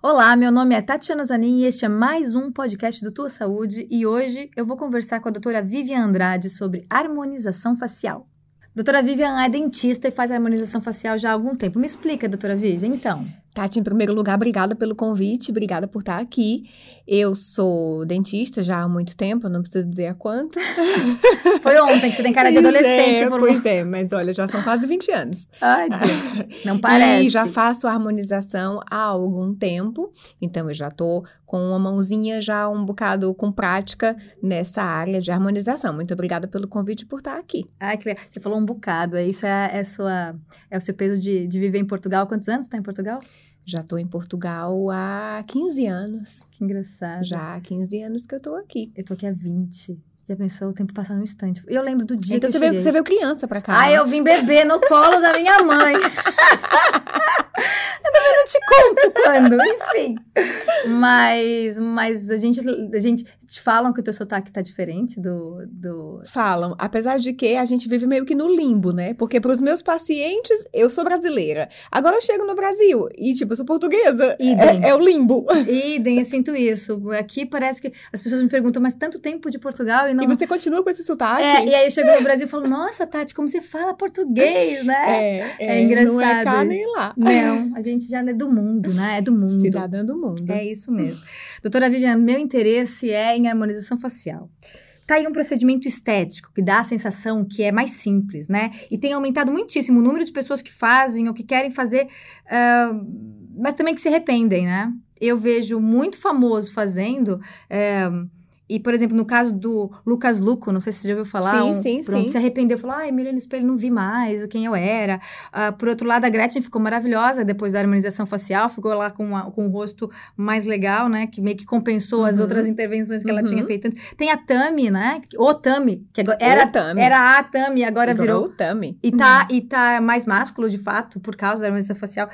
Olá, meu nome é Tatiana Zanin e este é mais um podcast do Tua Saúde e hoje eu vou conversar com a doutora Vivian Andrade sobre harmonização facial. Doutora Vivian é dentista e faz harmonização facial já há algum tempo. Me explica, doutora Vivian, então. Tati, em primeiro lugar, obrigada pelo convite, obrigada por estar aqui. Eu sou dentista já há muito tempo, não preciso dizer há quanto. Foi ontem, que você tem cara de adolescente. Pois é, mas olha, já são quase 20 anos. Ai, Deus, não parece. E já faço harmonização há algum tempo, então eu já tô com uma mãozinha já um bocado com prática nessa área de harmonização. Muito obrigada pelo convite por estar aqui. Ai, que legal. Você falou um bocado, isso é o seu peso de viver em Portugal. Quantos anos você está em Portugal? Já estou em Portugal há 15 anos. Que engraçado. Já há 15 anos que eu estou aqui. Eu tô aqui há 20. Já pensou o tempo passar no instante? Eu lembro do dia então que eu cheguei. Você veio criança pra cá. Ah, eu vim beber no colo da minha mãe. Eu também não te conto quando, enfim. Mas a gente te falam que o teu sotaque tá diferente do... Falam, apesar de que a gente vive meio que no limbo, né? Porque pros meus pacientes, eu sou brasileira. Agora eu chego no Brasil e, tipo, eu sou portuguesa. É o limbo. Idem, eu sinto isso. Aqui parece que as pessoas me perguntam, mas tanto tempo de Portugal e não... E você continua com esse sotaque? E aí eu chego no Brasil e falo, nossa, Tati, como você fala português, né? É engraçado. Não é cá nem lá. Não, a gente já é do mundo, né? É do mundo. Cidadã do mundo. É isso mesmo. Doutora Vivian, meu interesse é em harmonização facial. Tá aí um procedimento estético que dá a sensação que é mais simples, né? E tem aumentado muitíssimo o número de pessoas que fazem ou que querem fazer, mas também que se arrependem, né? Eu vejo muito famoso fazendo... E, por exemplo, no caso do Lucas Luco, não sei se você já ouviu falar. Sim. Se arrependeu, falou, me olhei no espelho, não vi mais quem eu era. Por outro lado, a Gretchen ficou maravilhosa depois da harmonização facial, ficou lá com o rosto mais legal, né? Que meio que compensou as outras intervenções que ela tinha feito. Tem a Tami, né? O Tami, que agora era a Tami, agora virou o Tami. E tá mais másculo, de fato, por causa da harmonização facial.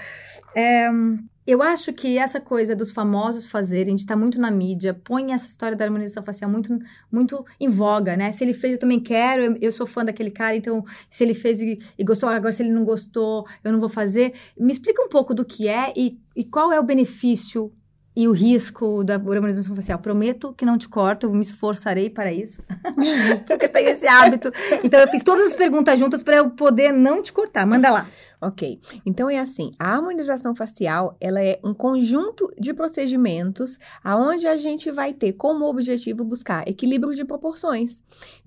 Eu acho que essa coisa dos famosos fazerem, de estar muito na mídia, põe essa história da harmonização facial muito, muito em voga, né? Se ele fez, eu também quero, eu sou fã daquele cara, então se ele fez e gostou, agora se ele não gostou, eu não vou fazer. Me explica um pouco do que é e qual é o benefício e o risco da harmonização facial. Prometo que não te corto, eu me esforçarei para isso, porque eu tenho esse hábito. Então eu fiz todas as perguntas juntas para eu poder não te cortar. Manda lá. Ok, então é assim, a harmonização facial, ela é um conjunto de procedimentos aonde a gente vai ter como objetivo buscar equilíbrio de proporções.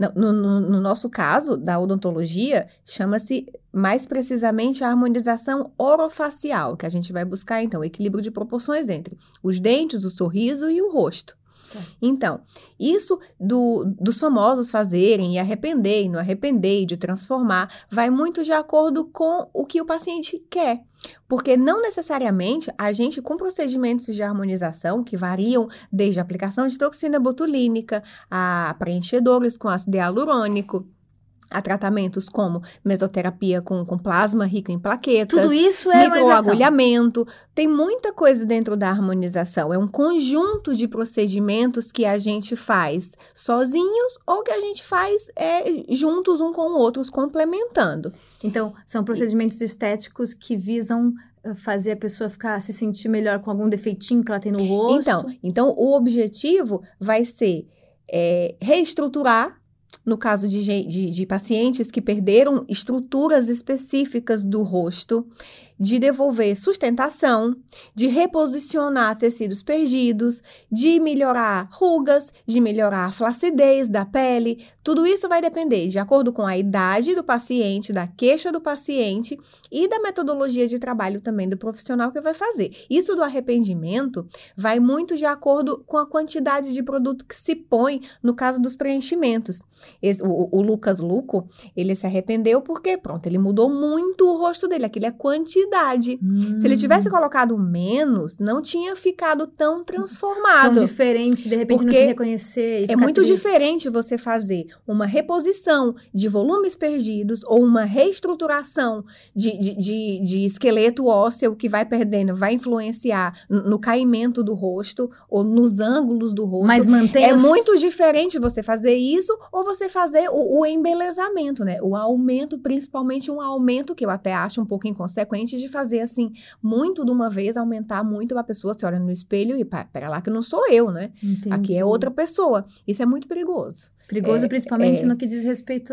No nosso caso, da odontologia, chama-se mais precisamente a harmonização orofacial, que a gente vai buscar, então, equilíbrio de proporções entre os dentes, o sorriso e o rosto. Então, isso dos famosos fazerem e arrepender e não arrepender e de transformar, vai muito de acordo com o que o paciente quer. Porque não necessariamente a gente, com procedimentos de harmonização que variam desde a aplicação de toxina botulínica a preenchedores com ácido hialurônico, a tratamentos como mesoterapia com plasma rico em plaquetas, tudo isso é microagulhamento, tem muita coisa dentro da harmonização, é um conjunto de procedimentos que a gente faz sozinhos ou que a gente faz juntos um com o outro, complementando. Então, são procedimentos estéticos que visam fazer a pessoa se sentir melhor com algum defeitinho que ela tem no rosto? Então o objetivo vai ser reestruturar, no caso de pacientes que perderam estruturas específicas do rosto, de devolver sustentação, de reposicionar tecidos perdidos, de melhorar rugas, de melhorar a flacidez da pele. Tudo isso vai depender de acordo com a idade do paciente, da queixa do paciente e da metodologia de trabalho também do profissional que vai fazer. Isso do arrependimento vai muito de acordo com a quantidade de produto que se põe no caso dos preenchimentos. O Lucas Luco, ele se arrependeu porque, ele mudou muito o rosto dele, aquilo é quantidade. Se ele tivesse colocado menos, não tinha ficado tão transformado. Tão diferente, de repente não se reconhecer. É muito diferente você fazer uma reposição de volumes perdidos ou uma reestruturação de esqueleto ósseo que vai perdendo, vai influenciar no caimento do rosto ou nos ângulos do rosto. Mas muito diferente você fazer isso ou você fazer o embelezamento, né? O aumento, principalmente um aumento que eu até acho um pouco inconsequente gente de fazer, assim, muito de uma vez, aumentar muito a pessoa, você olha no espelho e, pera lá que não sou eu, né? Entendi. Aqui é outra pessoa. Isso é muito perigoso. Perigoso principalmente no que diz respeito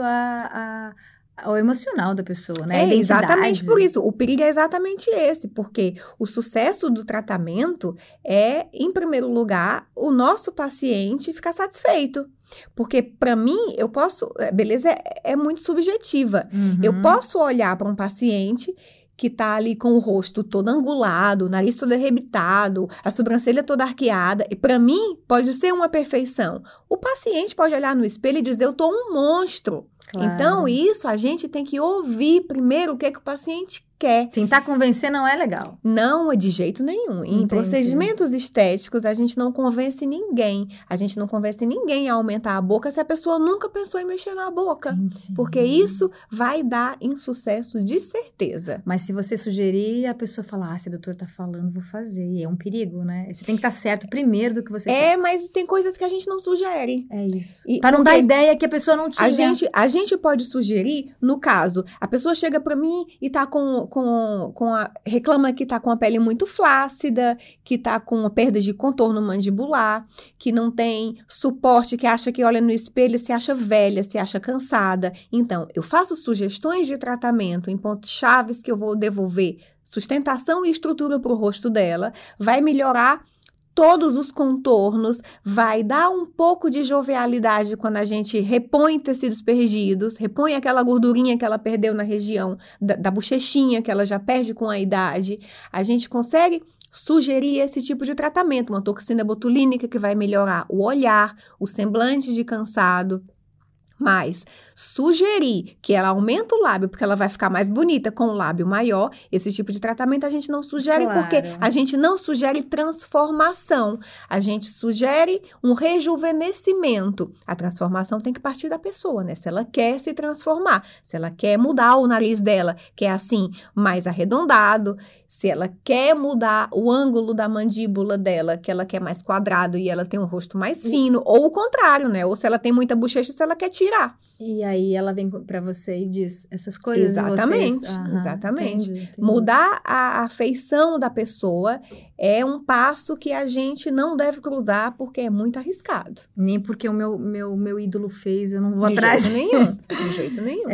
ao emocional da pessoa, né? A identidade. Exatamente por isso. O perigo é exatamente esse, porque o sucesso do tratamento é, em primeiro lugar, o nosso paciente ficar satisfeito. Porque, para mim, eu posso... Beleza é muito subjetiva. Uhum. Eu posso olhar para um paciente que tá ali com o rosto todo angulado, o nariz todo arrebitado, a sobrancelha toda arqueada, e para mim pode ser uma perfeição. O paciente pode olhar no espelho e dizer, eu tô um monstro. Claro. Então, isso a gente tem que ouvir primeiro o que é que o paciente quer. Tentar convencer não é legal. Não é de jeito nenhum. Em procedimentos estéticos, a gente não convence ninguém. A gente não convence ninguém a aumentar a boca se a pessoa nunca pensou em mexer na boca. Entendi. Porque isso vai dar insucesso de certeza. Mas se você sugerir, a pessoa fala, se o doutor tá falando, vou fazer. E é um perigo, né? Você tem que estar certo primeiro do que você quer. Mas tem coisas que a gente não sugere. É isso. Para não dar ideia que a pessoa não tinha. A gente pode sugerir, no caso, a pessoa chega para mim e tá reclama que tá com a pele muito flácida, que tá com perda de contorno mandibular, que não tem suporte, que acha que olha no espelho, se acha velha, se acha cansada. Então, eu faço sugestões de tratamento em pontos chaves que eu vou devolver sustentação e estrutura para o rosto dela, vai melhorar todos os contornos, vai dar um pouco de jovialidade quando a gente repõe tecidos perdidos, repõe aquela gordurinha que ela perdeu na região da bochechinha, que ela já perde com a idade. A gente consegue sugerir esse tipo de tratamento, uma toxina botulínica que vai melhorar o olhar, o semblante de cansado. Mas sugerir que ela aumente o lábio porque ela vai ficar mais bonita com o lábio maior, esse tipo de tratamento a gente não sugere, claro. Porque a gente não sugere transformação, a gente sugere um rejuvenescimento. A transformação tem que partir da pessoa, né? Se ela quer se transformar, se ela quer mudar o nariz dela, que é assim, mais arredondado, se ela quer mudar o ângulo da mandíbula dela, que ela quer mais quadrado e ela tem um rosto mais fino, ou o contrário, né? Ou se ela tem muita bochecha, se ela quer tirar. E aí ela vem pra você e diz essas coisas. Exatamente, exatamente. Entendi. Mudar a feição da pessoa é um passo que a gente não deve cruzar porque é muito arriscado. Nem porque o meu ídolo fez, eu não vou atrás. De jeito nenhum.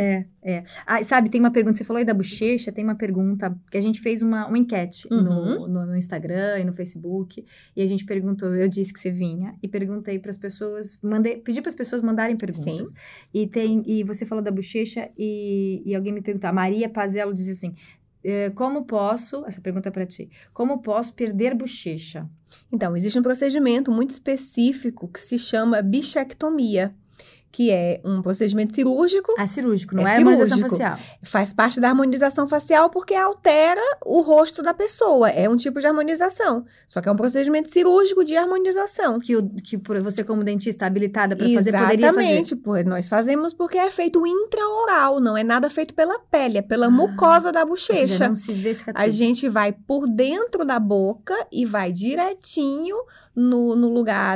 Sabe, tem uma pergunta, você falou aí da bochecha, tem uma pergunta, que a gente fez uma enquete no Instagram e no Facebook, e a gente perguntou, eu disse que você vinha, e perguntei para as pessoas, pedi para as pessoas mandarem perguntas. Sim. E você falou da bochecha, e alguém me perguntou, a Maria Pazello diz assim, como posso, essa pergunta é para ti, como posso perder bochecha? Então, existe um procedimento muito específico que se chama bichectomia, que é um procedimento cirúrgico. Cirúrgico, não é harmonização facial. Faz parte da harmonização facial porque altera o rosto da pessoa. É um tipo de harmonização. Só que é um procedimento cirúrgico de harmonização. Que você, como dentista habilitada para fazer, poderia fazer. Exatamente. Nós fazemos porque é feito intraoral, não é nada feito pela pele, é pela mucosa da bochecha. Ou seja, não se vê cicatriz. A gente vai por dentro da boca e vai direitinho no lugar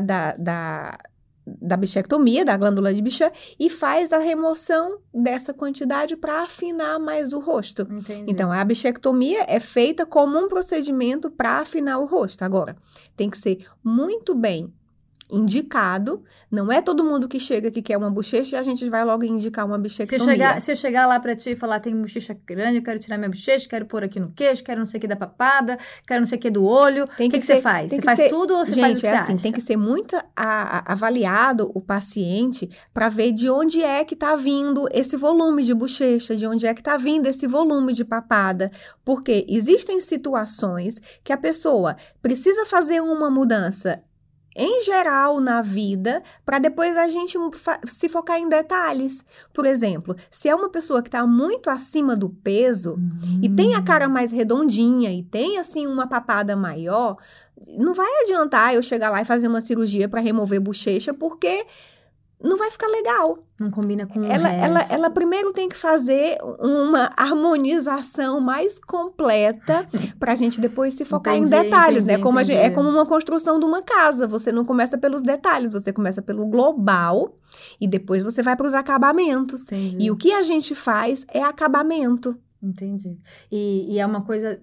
da bichectomia, da glândula de Bichat, e faz a remoção dessa quantidade para afinar mais o rosto. Entendi. Então, a bichectomia é feita como um procedimento para afinar o rosto. Agora, tem que ser muito bem indicado, não é todo mundo que chega que quer uma bochecha e a gente vai logo indicar uma bichectomia. Se eu chegar lá pra ti e falar, tem bochecha grande, eu quero tirar minha bochecha, quero pôr aqui no queixo, quero não sei o que da papada, quero não sei o que do olho, o que você faz? Você faz tudo ou você faz o que você acha? Tem que ser muito avaliado o paciente para ver de onde é que tá vindo esse volume de bochecha, de onde é que tá vindo esse volume de papada, porque existem situações que a pessoa precisa fazer uma mudança em geral na vida, para depois a gente se focar em detalhes. Por exemplo, se é uma pessoa que está muito acima do peso e tem a cara mais redondinha e tem assim uma papada maior, não vai adiantar eu chegar lá e fazer uma cirurgia para remover bochecha, porque não vai ficar legal. Não combina com o resto. Ela primeiro tem que fazer uma harmonização mais completa pra gente depois se focar em detalhes, né? É como uma construção de uma casa. Você não começa pelos detalhes, você começa pelo global e depois você vai para os acabamentos. Entendi. E o que a gente faz é acabamento. Entendi. E é uma coisa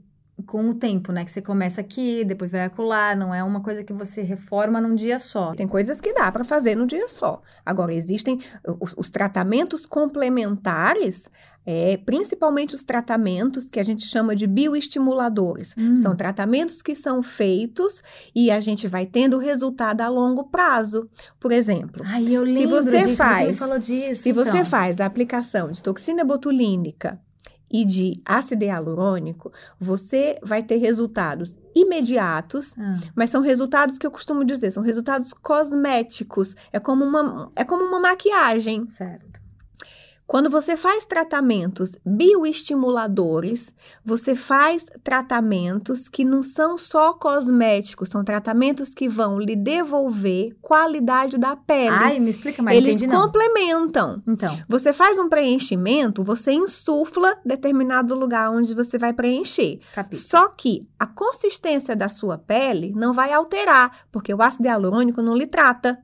com o tempo, né? Que você começa aqui, depois vai acolá, não é uma coisa que você reforma num dia só. Tem coisas que dá para fazer num dia só. Agora, existem os tratamentos complementares, principalmente os tratamentos que a gente chama de bioestimuladores. São tratamentos que são feitos e a gente vai tendo resultado a longo prazo. Por exemplo, eu lembro você disso, você me falou disso. Se você faz a aplicação de toxina botulínica e de ácido hialurônico, você vai ter resultados imediatos, mas são resultados que eu costumo dizer, são resultados cosméticos. É como uma maquiagem. Certo. Quando você faz tratamentos bioestimuladores, você faz tratamentos que não são só cosméticos, são tratamentos que vão lhe devolver qualidade da pele. Me explica mais, Eles complementam. Então. Você faz um preenchimento, você insufla determinado lugar onde você vai preencher. Capítulo. Só que a consistência da sua pele não vai alterar, porque o ácido hialurônico não lhe trata.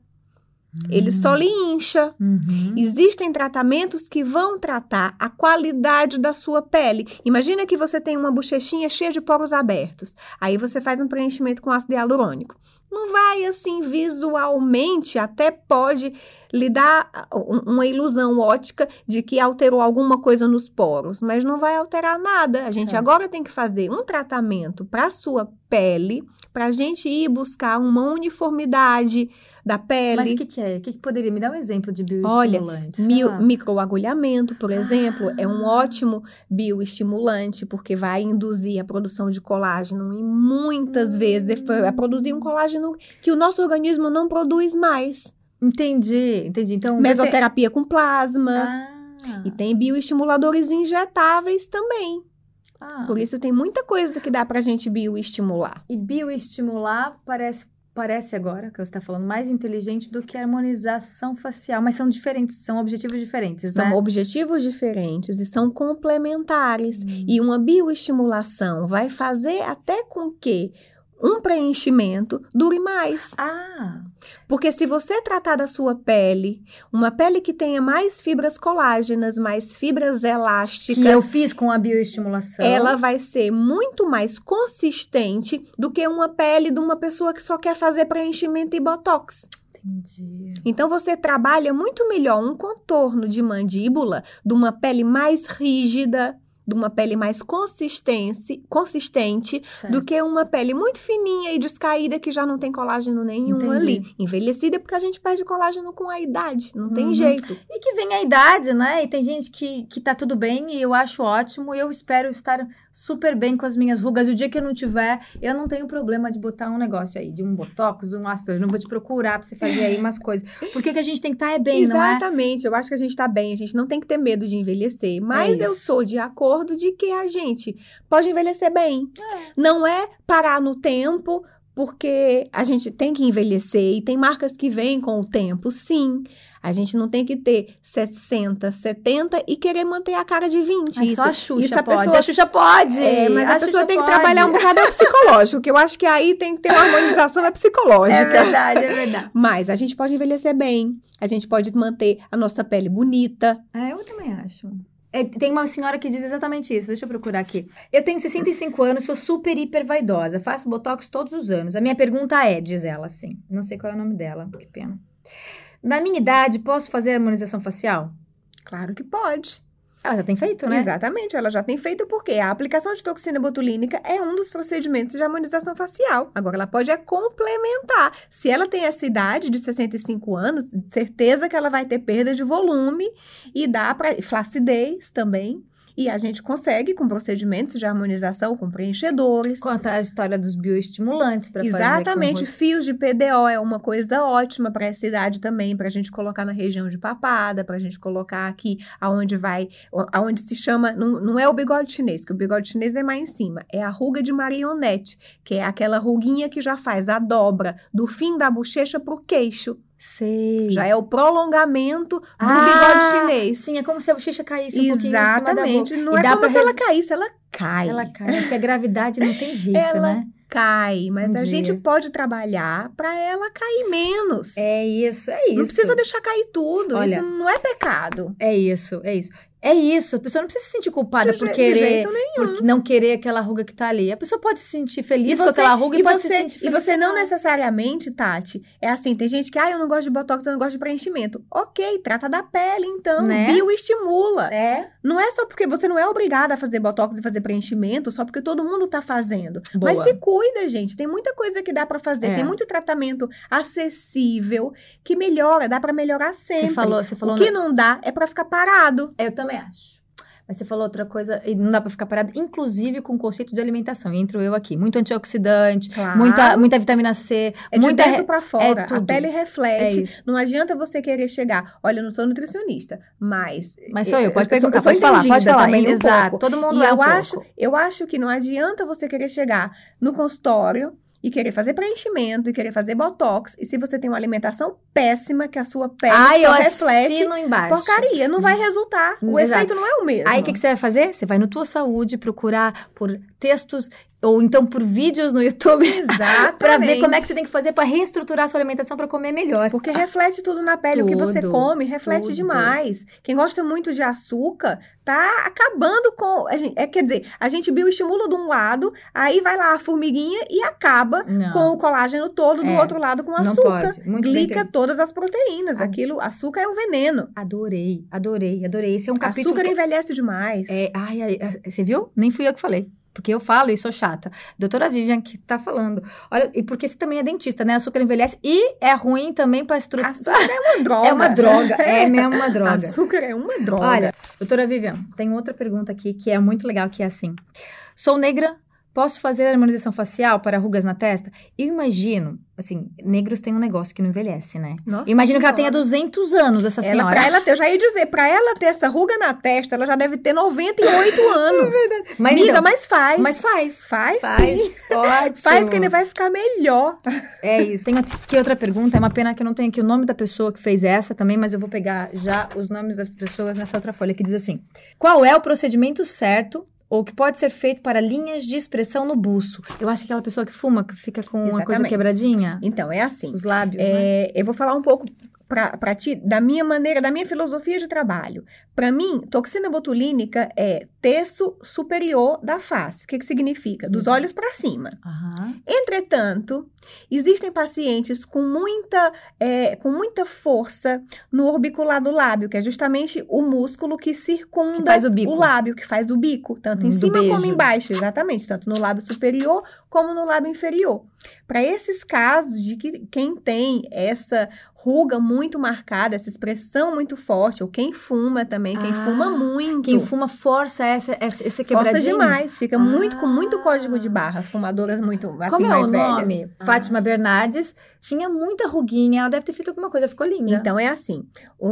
Ele só lhe incha. Existem tratamentos que vão tratar a qualidade da sua pele. Imagina que você tem uma bochechinha cheia de poros abertos. Aí você faz um preenchimento com ácido hialurônico. Não vai, assim, visualmente, até pode lhe dar uma ilusão ótica de que alterou alguma coisa nos poros, mas não vai alterar nada. A gente agora tem que fazer um tratamento para a sua pele, para a gente ir buscar uma uniformidade da pele. Mas o que é? O que poderia? Me dar um exemplo de bioestimulante. Olha, microagulhamento, por exemplo, é um ótimo bioestimulante, porque vai induzir a produção de colágeno e muitas vezes vai produzir um colágeno que o nosso organismo não produz mais. Entendi. Então, mesoterapia com plasma. E tem bioestimuladores injetáveis também. Por isso tem muita coisa que dá pra gente bioestimular. E bioestimular parece agora, que você está falando, mais inteligente do que a harmonização facial. Mas são diferentes, são objetivos diferentes, né? São objetivos diferentes e são complementares. E uma bioestimulação vai fazer até com que um preenchimento dure mais. Porque se você tratar da sua pele, uma pele que tenha mais fibras colágenas, mais fibras elásticas... Que eu fiz com a bioestimulação. Ela vai ser muito mais consistente do que uma pele de uma pessoa que só quer fazer preenchimento e botox. Entendi. Então, você trabalha muito melhor um contorno de mandíbula de uma pele mais rígida, de uma pele mais consistente, do que uma pele muito fininha e descaída que já não tem colágeno nenhum ali. Envelhecida porque a gente perde colágeno com a idade, não tem jeito. E que vem a idade, né? E tem gente que tá tudo bem e eu acho ótimo. Eu espero estar super bem com as minhas rugas. E o dia que eu não tiver, eu não tenho problema de botar um negócio aí, de um botox, um ácido. Eu não vou te procurar pra você fazer aí umas coisas. Porque que a gente tem que estar bem, não é? Exatamente. Eu acho que a gente tá bem. A gente não tem que ter medo de envelhecer. Mas eu sou de acordo de que a gente pode envelhecer bem. Não é parar no tempo, porque a gente tem que envelhecer e tem marcas que vêm com o tempo, sim. A gente não tem que ter 60, 70 e querer manter a cara de 20. Só a Xuxa pode. A Xuxa pode. Mas a pessoa tem que trabalhar um bocado psicológico, que eu acho que aí tem que ter uma harmonização psicológica. É verdade. Mas a gente pode envelhecer bem, a gente pode manter a nossa pele bonita. Eu também acho. Tem uma senhora que diz exatamente isso. Deixa eu procurar aqui. Eu tenho 65 anos, sou super, hiper vaidosa. Faço botox todos os anos. A minha pergunta é, diz ela assim. Não sei qual é o nome dela, que pena. Na minha idade, posso fazer harmonização facial? Claro que pode. Ela já tem feito, né? Exatamente, ela já tem feito porque a aplicação de toxina botulínica é um dos procedimentos de harmonização facial. Agora, ela pode complementar. Se ela tem essa idade de 65 anos, certeza que ela vai ter perda de volume e dá para flacidez também. E a gente consegue com procedimentos de harmonização, com preenchedores. Conta a história dos bioestimulantes para fazer. Exatamente, fios de PDO é uma coisa ótima para essa idade também, para a gente colocar na região de papada, para a gente colocar aqui aonde se chama, não é o bigode chinês, que o bigode chinês é mais em cima, é a ruga de marionete, que é aquela ruguinha que já faz a dobra do fim da bochecha para o queixo. Sei. Já é o prolongamento do bigode chinês. Sim, é como se a bochecha caísse um pouquinho em cima da boca. Exatamente. Não é como se ela caísse, ela cai. Ela cai, porque a gravidade não tem jeito, ela né? Cai, mas a gente pode trabalhar para ela cair menos. É isso. Não precisa deixar cair tudo. Olha, isso não é pecado. É isso. É isso, a pessoa não precisa se sentir culpada por De querer, jeito nenhum. por não querer aquela ruga que tá ali. A pessoa pode se sentir feliz com você- aquela ruga e pode se você, sentir e feliz. você não com- necessariamente, Tati, é assim, tem gente que, eu não gosto de botox, eu não gosto de preenchimento. Ok, trata da pele, então, Né? bioestimula. É. Não é só porque você não é obrigada a fazer botox e fazer preenchimento, só porque todo mundo tá fazendo. Boa. Mas se cuida, gente, tem muita coisa que dá pra fazer, É. tem muito tratamento acessível, que melhora, dá pra melhorar sempre. Você falou O que não dá é pra ficar parado. Eu também acho. Mas você falou outra coisa, e não dá pra ficar parado, inclusive com o conceito de alimentação. E entro eu aqui. Muito antioxidante, Claro. muita vitamina C, É de muita. dentro pra fora. A tudo. pele É reflete. isso. Não adianta você querer chegar. Olha, eu não sou nutricionista, mas. Mas sou eu, pode sou- perguntar, eu sou pode falar, pode entendida falar. também um Exato, pouco. todo mundo E é um eu acho, pouco. eu acho que não adianta você querer chegar no consultório e querer fazer preenchimento e querer fazer botox. E se você tem uma alimentação péssima, que a sua pele Ai, eu só reflete assino embaixo. porcaria, não vai resultar. O Exato. efeito não é o mesmo. Aí, o que você vai fazer? Você vai no Tua Saúde procurar por textos ou então por vídeos no YouTube Exatamente. pra ver como é que você tem que fazer pra reestruturar a sua alimentação pra comer melhor. Porque reflete tudo na pele. O que você Tudo, come reflete tudo. demais. Quem gosta muito de açúcar tá acabando com. Quer dizer, a gente bioestimula de um lado, aí vai lá a formiguinha e acaba Não. com o colágeno todo do É, outro lado com não açúcar. pode. Muito bem Glica todas as proteínas. Ah. Aquilo, açúcar é um veneno. Adorei. Esse é um capítulo. Açúcar envelhece demais. Você viu? Nem fui eu que falei. Porque eu falo e sou chata. Doutora Vivian que tá falando. Olha, e porque você também é dentista, né? Açúcar envelhece e é ruim também pra estrutura. Açúcar é uma droga. É uma droga. É mesmo uma droga. Açúcar é uma droga. Olha, doutora Vivian, tem outra pergunta aqui que é muito legal, que é assim. Sou negra, posso fazer harmonização facial para rugas na testa? Eu imagino, assim, negros têm um negócio que não envelhece, né? Nossa Imagino que ela tenha Senhora. 200 anos, essa senhora. Eu já ia dizer, pra ela ter essa ruga na testa, ela já deve ter 98 anos. Mas, Amiga, então, mas faz. mas faz. Faz, Faz. sim. Ótimo. Faz que ele vai ficar melhor. É isso. Tem aqui outra pergunta. É uma pena que eu não tenho aqui o nome da pessoa que fez essa também, mas eu vou pegar já os nomes das pessoas nessa outra folha que diz assim: qual é o procedimento certo ou que pode ser feito para linhas de expressão no buço? Eu acho que aquela pessoa que fuma, que fica com uma coisa Exatamente. quebradinha. Então, é assim. Os lábios, né? Eu vou falar um pouco pra ti da minha maneira, da minha filosofia de trabalho. Pra mim, toxina botulínica é terço superior da face. O que significa? Dos olhos pra cima. Aham. Entretanto, existem pacientes com muita força no orbicular do lábio, que é justamente o músculo que circunda Que faz o bico. lábio, que faz o bico, tanto em Do cima como beijo. embaixo, exatamente, tanto no lábio superior como no lábio inferior. Para esses casos de que quem tem essa ruga muito marcada, essa expressão muito forte, ou quem fuma também, quem fuma muito. Quem fuma força esse quebradinho. Força demais, fica com muito Ah. código de barra, fumadoras muito assim, Como é mais o velhas. nome? Fátima Bernardes tinha muita ruguinha, ela deve ter feito alguma coisa, ficou linda. Então é assim,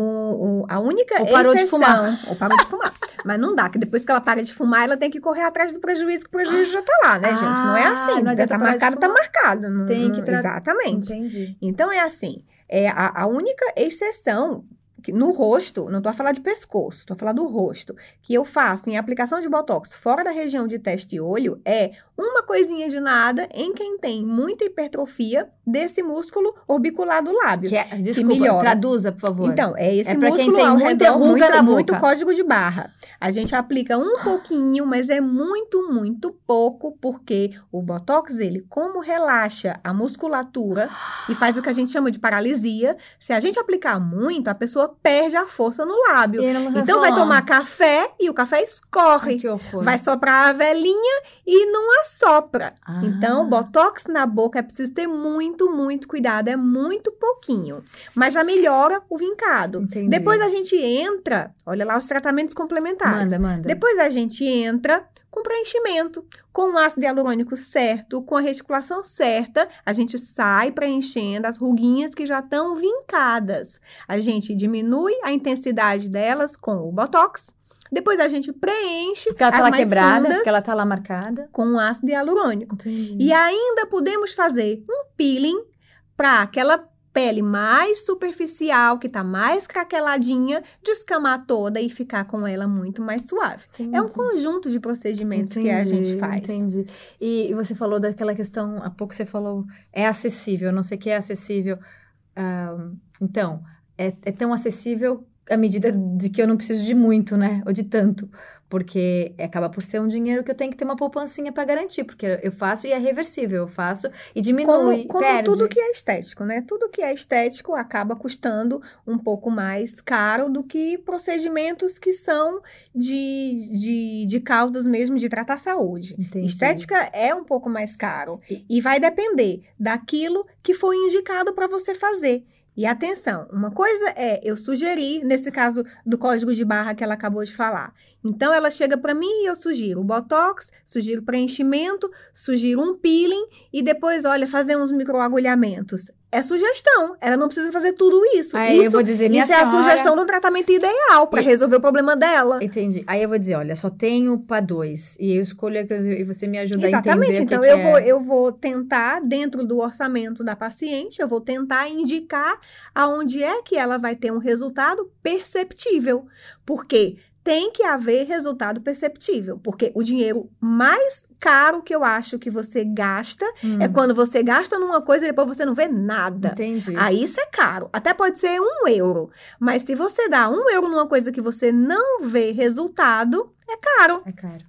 a única Ou parou de exceção... fumar. Ou parou de fumar. Mas não dá, que depois que ela para de fumar, ela tem que correr atrás do prejuízo, que o prejuízo já tá lá, né, gente? Não é assim, não adianta tá parar de marcado, tá fumar. marcado. Não, Tem que Exatamente. Entendi. Então é assim, a única exceção que no rosto, não tô a falar de pescoço, tô a falar do rosto, que eu faço em aplicação de botox fora da região de testa e olho é uma coisinha de nada em quem tem muita hipertrofia desse músculo orbicular do lábio. Desculpa, melhora. traduza, por favor. Então, é esse É pra quem músculo tem ao muita redor, ruga na muito boca. código de barra. A gente aplica um pouquinho, mas é muito, muito pouco, porque o botox, ele, como relaxa a musculatura e faz o que a gente chama de paralisia, se a gente aplicar muito, a pessoa perde a força no lábio. Então, vai tomar café e o café escorre. Que horror. Vai soprar a velinha e não assopra. Ah. Então, botox na boca é preciso ter muito, muito cuidado. É muito pouquinho. Mas já melhora o vincado. Entendi. Depois a gente entra, olha lá os tratamentos complementares. Manda. Depois a gente entra com preenchimento, com o ácido hialurônico certo, com a reticulação certa, a gente sai preenchendo as ruguinhas que já estão vincadas. A gente diminui a intensidade delas com o botox. Depois a gente preenche Porque ela tá as lá mais quebrada, fundas porque ela tá lá marcada. com o ácido hialurônico. Entendi. E ainda podemos fazer um peeling para aquela pele mais superficial, que está mais craqueladinha, descamar toda e ficar com ela muito mais suave. Entendi. É um conjunto de procedimentos que a gente faz. Entendi. E você falou daquela questão, há pouco você falou, é acessível, não sei o que é acessível. Então, é tão acessível à medida de que eu não preciso de muito, né? Ou de tanto. Porque acaba por ser um dinheiro que eu tenho que ter uma poupancinha para garantir. Porque eu faço e é reversível. Eu faço e diminui, Como perde. tudo que é estético, né? Tudo que é estético acaba custando um pouco mais caro do que procedimentos que são de causas mesmo de tratar a saúde. Entendi. Estética é um pouco mais caro e vai depender daquilo que foi indicado para você fazer. E atenção, uma coisa é eu sugerir, nesse caso do código de barra que ela acabou de falar. Então, ela chega para mim e eu sugiro botox, sugiro preenchimento, sugiro um peeling e depois, olha, fazer uns microagulhamentos. É sugestão, ela não precisa fazer tudo isso. Aí eu vou dizer, minha isso é a sugestão do tratamento ideal para resolver o problema dela. Entendi. Aí eu vou dizer, olha, só tenho para 2 e eu escolho e você me ajuda a entender. Exatamente. Então eu vou tentar dentro do orçamento da paciente, eu vou tentar indicar aonde é que ela vai ter um resultado perceptível, porque tem que haver resultado perceptível, porque o dinheiro mais caro que eu acho que você gasta é quando você gasta numa coisa e depois você não vê nada. Entendi. Aí isso é caro. Até pode ser €1. Mas se você dá €1 numa coisa que você não vê resultado, é caro. É caro.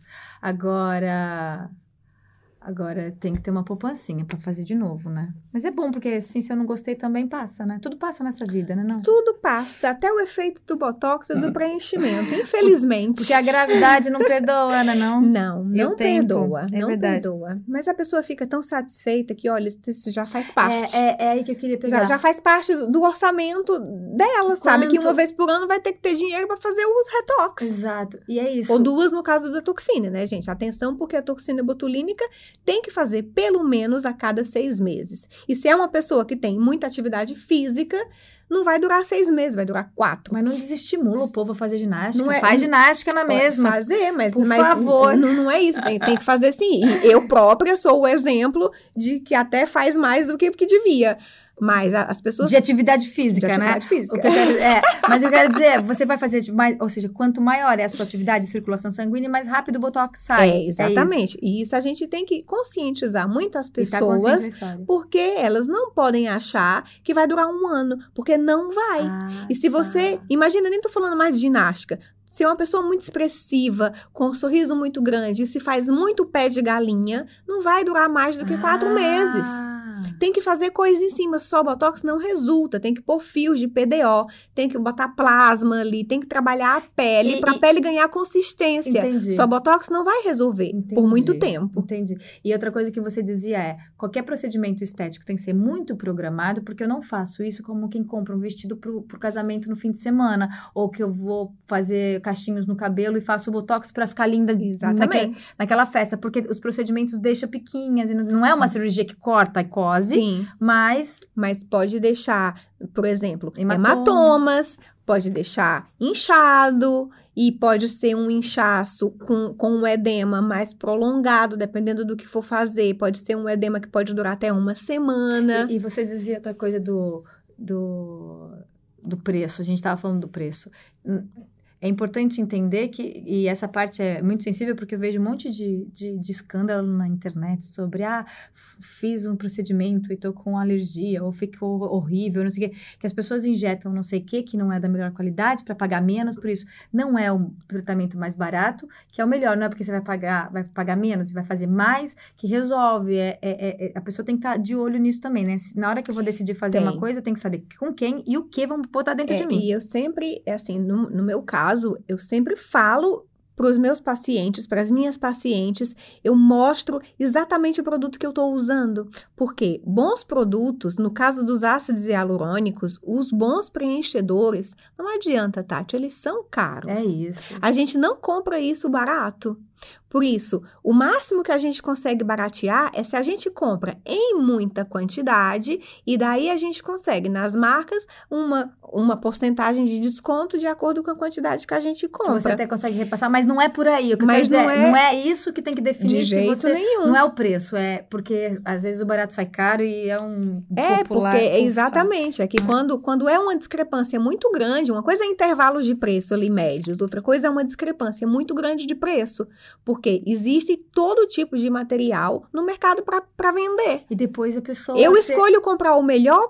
Agora tem que ter uma poupancinha para fazer de novo, né? Mas é bom, porque assim, se eu não gostei, também passa, né? Tudo passa nessa vida, né? Não? Tudo passa, até o efeito do botox e do preenchimento, infelizmente. Porque a gravidade não perdoa, né? Não? Não perdoa, É não verdade. perdoa. Mas a pessoa fica tão satisfeita que, olha, isso já faz parte. É aí que eu queria pegar. Já faz parte do orçamento dela, sabe? Que uma vez por ano vai ter que ter dinheiro para fazer os retox. Exato, e é isso. Ou 2 no caso da toxina, né, gente? Atenção, porque a toxina botulínica tem que fazer pelo menos a cada 6 meses. E se é uma pessoa que tem muita atividade física, não vai durar 6 meses, vai durar 4. Mas não desestimula o povo a fazer ginástica. Não é, faz ginástica na mesma. Fazer, mas por favor. Não é isso. Tem que fazer sim. E eu própria sou o exemplo de que até faz mais do que devia. Mas as pessoas... De atividade física, né? De atividade física. O que eu quero, mas eu quero dizer, você vai fazer mais... Ou seja, quanto maior é a sua atividade de circulação sanguínea, mais rápido o botox sai. Exatamente. E isso a gente tem que conscientizar muitas pessoas, tá, porque elas não podem achar que vai durar 1 ano, porque não vai. E se você... Imagina, nem tô falando mais de ginástica. Se é uma pessoa muito expressiva, com um sorriso muito grande, e se faz muito pé de galinha, não vai durar mais do que 4 meses. Tem que fazer coisa em cima, só botox não resulta, tem que pôr fios de PDO, tem que botar plasma ali, tem que trabalhar a pele para a pele ganhar consistência. Entendi. Só botox não vai resolver por muito tempo. Entendi. E outra coisa que você dizia é, qualquer procedimento estético tem que ser muito programado, porque eu não faço isso como quem compra um vestido pro casamento no fim de semana, ou que eu vou fazer cachinhos no cabelo e faço botox para ficar linda naquela festa, porque os procedimentos deixam piquinhas, e não é uma cirurgia que corta e cose. Sim, mas pode deixar, por exemplo, hematomas, pode deixar inchado e pode ser um inchaço com um edema mais prolongado, dependendo do que for fazer. Pode ser um edema que pode durar até 1 semana. E você dizia outra coisa do preço, a gente estava falando do preço. É importante entender que, e essa parte é muito sensível, porque eu vejo um monte de escândalo na internet sobre, fiz um procedimento e tô com alergia, ou ficou horrível, não sei o quê, que as pessoas injetam não sei o que não é da melhor qualidade, para pagar menos, por isso não é o tratamento mais barato, que é o melhor, não é porque você vai pagar menos e vai fazer mais, que resolve, a pessoa tem que estar de olho nisso também, né? Na hora que eu vou decidir fazer uma coisa, eu tenho que saber com quem e o que vão botar dentro de mim. E eu sempre, assim, no meu caso, eu sempre falo para os meus pacientes, para as minhas pacientes, eu mostro exatamente o produto que eu estou usando. Porque bons produtos, no caso dos ácidos hialurônicos, os bons preenchedores, não adianta, Tati, eles são caros. É isso. A gente não compra isso barato. Por isso, o máximo que a gente consegue baratear é se a gente compra em muita quantidade e daí a gente consegue, nas marcas, uma porcentagem de desconto de acordo com a quantidade que a gente compra. Que você até consegue repassar, mas não é por aí. O que eu quero dizer, não é isso que tem que definir de jeito nenhum. Não é o preço, é porque às vezes o barato sai caro e é um popular. Porque exatamente, é que quando é uma discrepância muito grande, uma coisa é intervalos de preço ali médios, outra coisa é uma discrepância muito grande de preço. Porque existe todo tipo de material no mercado para vender. E depois a pessoa... Eu escolho comprar o melhor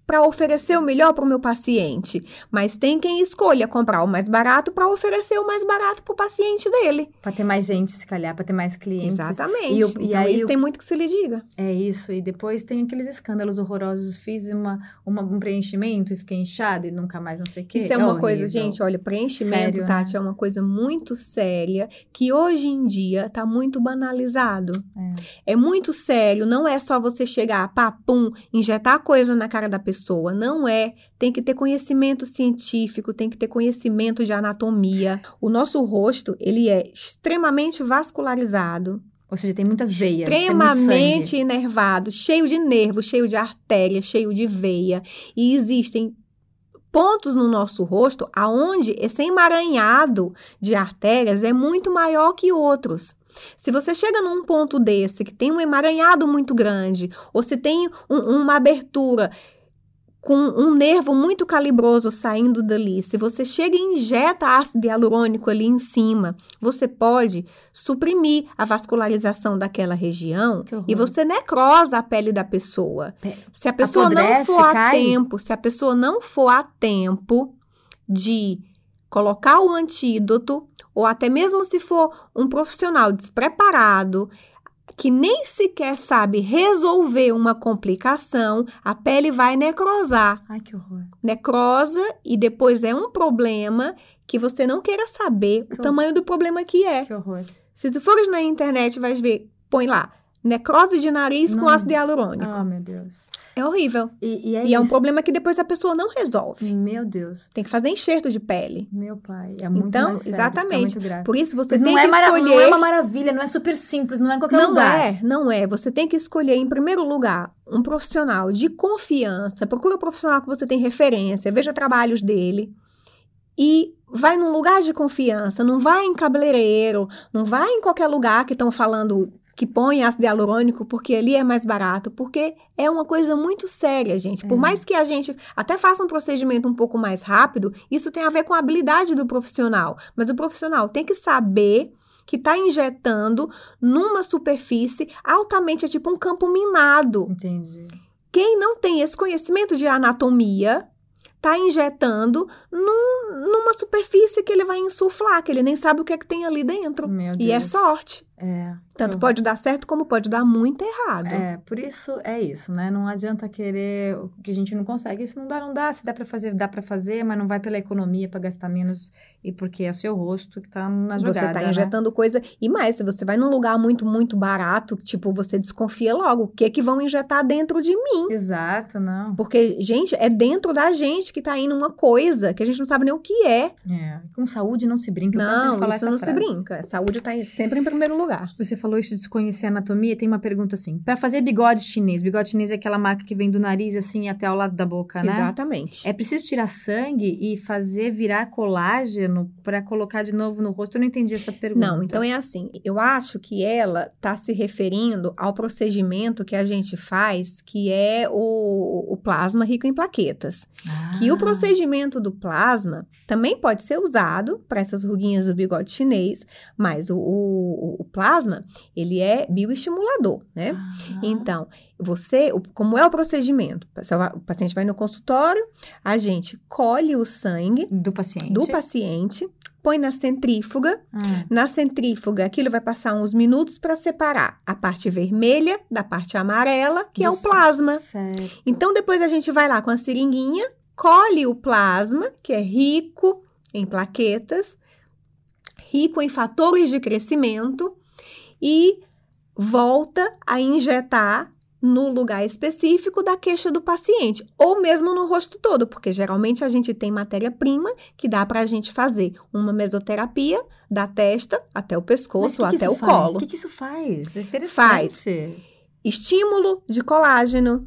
para oferecer o melhor para o meu paciente, mas tem quem escolha comprar o mais barato para oferecer o mais barato para o paciente dele. Para ter mais gente, se calhar, para ter mais clientes. Exatamente. E então, aí isso tem muito que se lhe diga. É isso. E depois tem aqueles escândalos horrorosos. Fiz um preenchimento e fiquei inchado e nunca mais não sei o quê. Isso é uma coisa, gente, olha, preenchimento, Sério, Tati, né? é uma coisa muito séria que hoje em dia tá muito banalizado. É muito sério, não é só você chegar, papum, injetar coisa na cara da pessoa, não é. Tem que ter conhecimento científico, tem que ter conhecimento de anatomia. O nosso rosto, ele é extremamente vascularizado. Ou seja, tem muitas veias, extremamente inervado, cheio de nervo, cheio de artéria, cheio de veia. E existem pontos no nosso rosto aonde esse emaranhado de artérias é muito maior que outros. Se você chega num ponto desse, que tem um emaranhado muito grande, ou se tem uma abertura com um nervo muito calibroso saindo dali, se você chega e injeta ácido hialurônico ali em cima, você pode suprimir a vascularização daquela região e você necrosa a pele da pessoa. Se a pessoa não for a tempo, se a pessoa não for a tempo de colocar o antídoto, ou até mesmo se for um profissional despreparado, que nem sequer sabe resolver uma complicação, a pele vai necrosar. Ai, que horror. Necrosa e depois é um problema que você não queira saber o tamanho do problema que é. Que horror. Se tu fores na internet, vai ver, põe lá, necrose de nariz com ácido hialurônico. Oh, meu Deus. É horrível. E é um problema que depois a pessoa não resolve. Meu Deus. Tem que fazer enxerto de pele. Meu pai, é muito então, mais sério, exatamente. Muito grave. Por isso você Mas tem que escolher... Não é uma maravilha, não é super simples, não é em qualquer lugar. Não é. Você tem que escolher, em primeiro lugar, um profissional de confiança. Procura um profissional que você tem referência, veja trabalhos dele. E vai num lugar de confiança, não vai em cabeleireiro, não vai em qualquer lugar que estão falando que põe ácido hialurônico porque ali é mais barato, porque é uma coisa muito séria, gente. Por mais que a gente até faça um procedimento um pouco mais rápido, isso tem a ver com a habilidade do profissional. Mas o profissional tem que saber que está injetando numa superfície altamente, é tipo um campo minado. Entendi. Quem não tem esse conhecimento de anatomia está injetando numa superfície que ele vai insuflar, que ele nem sabe o que é que tem ali dentro. Meu Deus. E é sorte. Tanto pode dar certo como pode dar muito errado. Por isso é isso, né? Não adianta querer o que a gente não consegue. Se não dá. Se dá pra fazer, mas não vai pela economia pra gastar menos e porque é o seu rosto que tá na jogada, Você tá injetando coisa. E mais, se você vai num lugar muito, muito barato, tipo, você desconfia logo. O que é que vão injetar dentro de mim? Exato, não. Porque, gente, é dentro da gente que tá indo uma coisa que a gente não sabe nem o que é. Com saúde não se brinca. Não, isso não se brinca. Saúde tá sempre em primeiro lugar. Você falou isso de desconhecer a anatomia, tem uma pergunta assim. Para fazer bigode chinês é aquela marca que vem do nariz assim até ao lado da boca, né? Exatamente. É preciso tirar sangue e fazer virar colágeno para colocar de novo no rosto? Eu não entendi essa pergunta. Não, então é assim, eu acho que ela tá se referindo ao procedimento que a gente faz, que é o plasma rico em plaquetas. Que o procedimento do plasma também pode ser usado para essas ruguinhas do bigode chinês, mas o plasma, ele é bioestimulador, né? Então, como é o procedimento? O paciente vai no consultório, a gente colhe o sangue do paciente, põe na centrífuga. Na centrífuga, aquilo vai passar uns minutos para separar a parte vermelha da parte amarela, que é o plasma. Certo. Então, depois a gente vai lá com a seringuinha, colhe o plasma, que é rico em plaquetas, rico em fatores de crescimento, e volta a injetar no lugar específico da queixa do paciente, ou mesmo no rosto todo, porque geralmente a gente tem matéria-prima que dá pra gente fazer uma mesoterapia da testa até o pescoço, até o colo. O que isso faz? É interessante. Faz estímulo de colágeno,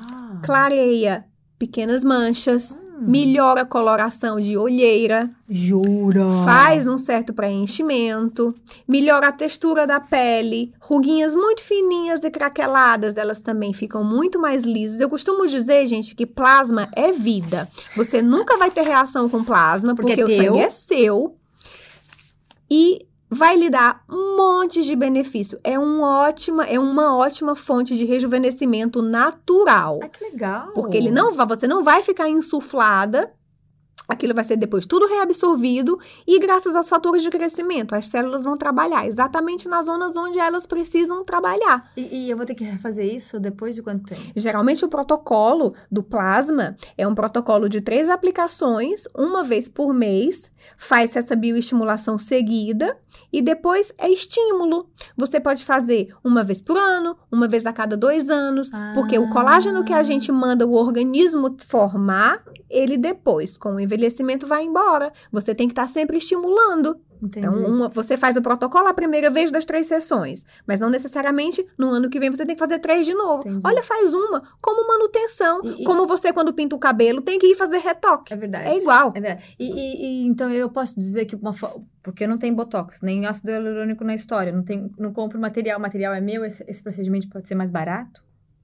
clareia pequenas manchas, melhora a coloração de olheira. Jura? Faz um certo preenchimento, melhora a textura da pele, ruguinhas muito fininhas e craqueladas, elas também ficam muito mais lisas. Eu costumo dizer, gente, que plasma é vida. Você nunca vai ter reação com plasma, porque o sangue é seu. E vai lhe dar um monte de benefício. É uma ótima fonte de rejuvenescimento natural. Ah, que legal! Porque você não vai ficar insuflada, aquilo vai ser depois tudo reabsorvido e graças aos fatores de crescimento, as células vão trabalhar exatamente nas zonas onde elas precisam trabalhar. E eu vou ter que refazer isso depois de quanto tempo? Geralmente o protocolo do plasma é um protocolo de 3 aplicações, uma vez por mês, faz essa bioestimulação seguida e depois é estímulo. Você pode fazer uma vez por ano, uma vez a cada 2 anos, porque o colágeno que a gente manda o organismo formar, ele depois, com o envelhecimento, vai embora. Você tem que estar sempre estimulando. Entendi. Então, você faz o protocolo a primeira vez das 3 sessões, mas não necessariamente no ano que vem você tem que fazer 3 de novo. Entendi. Olha, faz uma como manutenção, como você quando pinta o cabelo tem que ir fazer retoque. É verdade. É igual. É verdade. Então eu posso dizer que porque não tem botox, nem ácido hialurônico na história, não compro material, o material é meu, esse procedimento pode ser mais barato?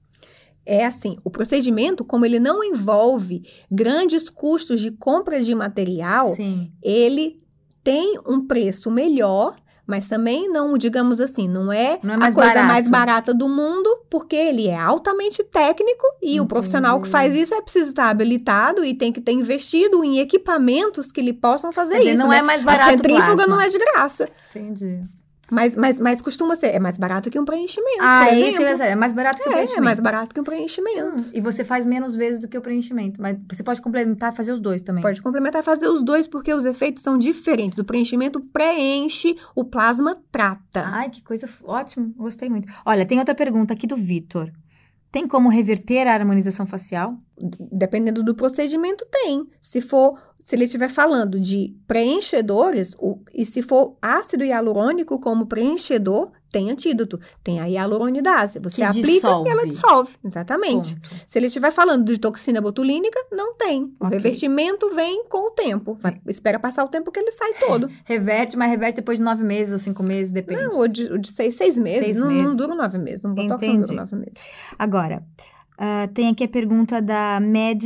É assim, o procedimento, como ele não envolve grandes custos de compra de material, Sim. ele tem um preço melhor, mas também não, digamos assim, não é mais a coisa barato. mais barata do mundo, porque ele é altamente técnico e o profissional que faz isso é preciso estar habilitado e tem que ter investido em equipamentos que lhe possam fazer Quer dizer, isso. não né? é mais barato. A centrífuga plasma. não é de graça. Entendi. Mas costuma ser, é mais barato que um preenchimento, Ah, por é exemplo. isso que eu ia dizer, é mais barato que o preenchimento. É mais barato que um preenchimento. E você faz menos vezes do que o preenchimento, mas você pode complementar e fazer os dois também. Pode complementar e fazer os dois, porque os efeitos são diferentes. O preenchimento preenche, o plasma trata. Ai, que coisa ótimo, gostei muito. Olha, tem outra pergunta aqui do Vitor. Tem como reverter a harmonização facial? Dependendo do procedimento, tem. Se ele estiver falando de preenchedores, e se for ácido hialurônico como preenchedor, tem antídoto. Tem a hialuronidase. Você Que aplica dissolve. e ela dissolve. Exatamente. Ponto. Se ele estiver falando de toxina botulínica, não tem. O Ok. revertimento vem com o tempo. Espera passar o tempo que ele sai todo. Reverte, mas reverte depois de 9 meses ou 5 meses, depende. Não, ou de 6 meses. 6 Não meses. dura 9 meses. Um botox não Entendi. dura 9 meses. Agora, tem aqui a pergunta da Med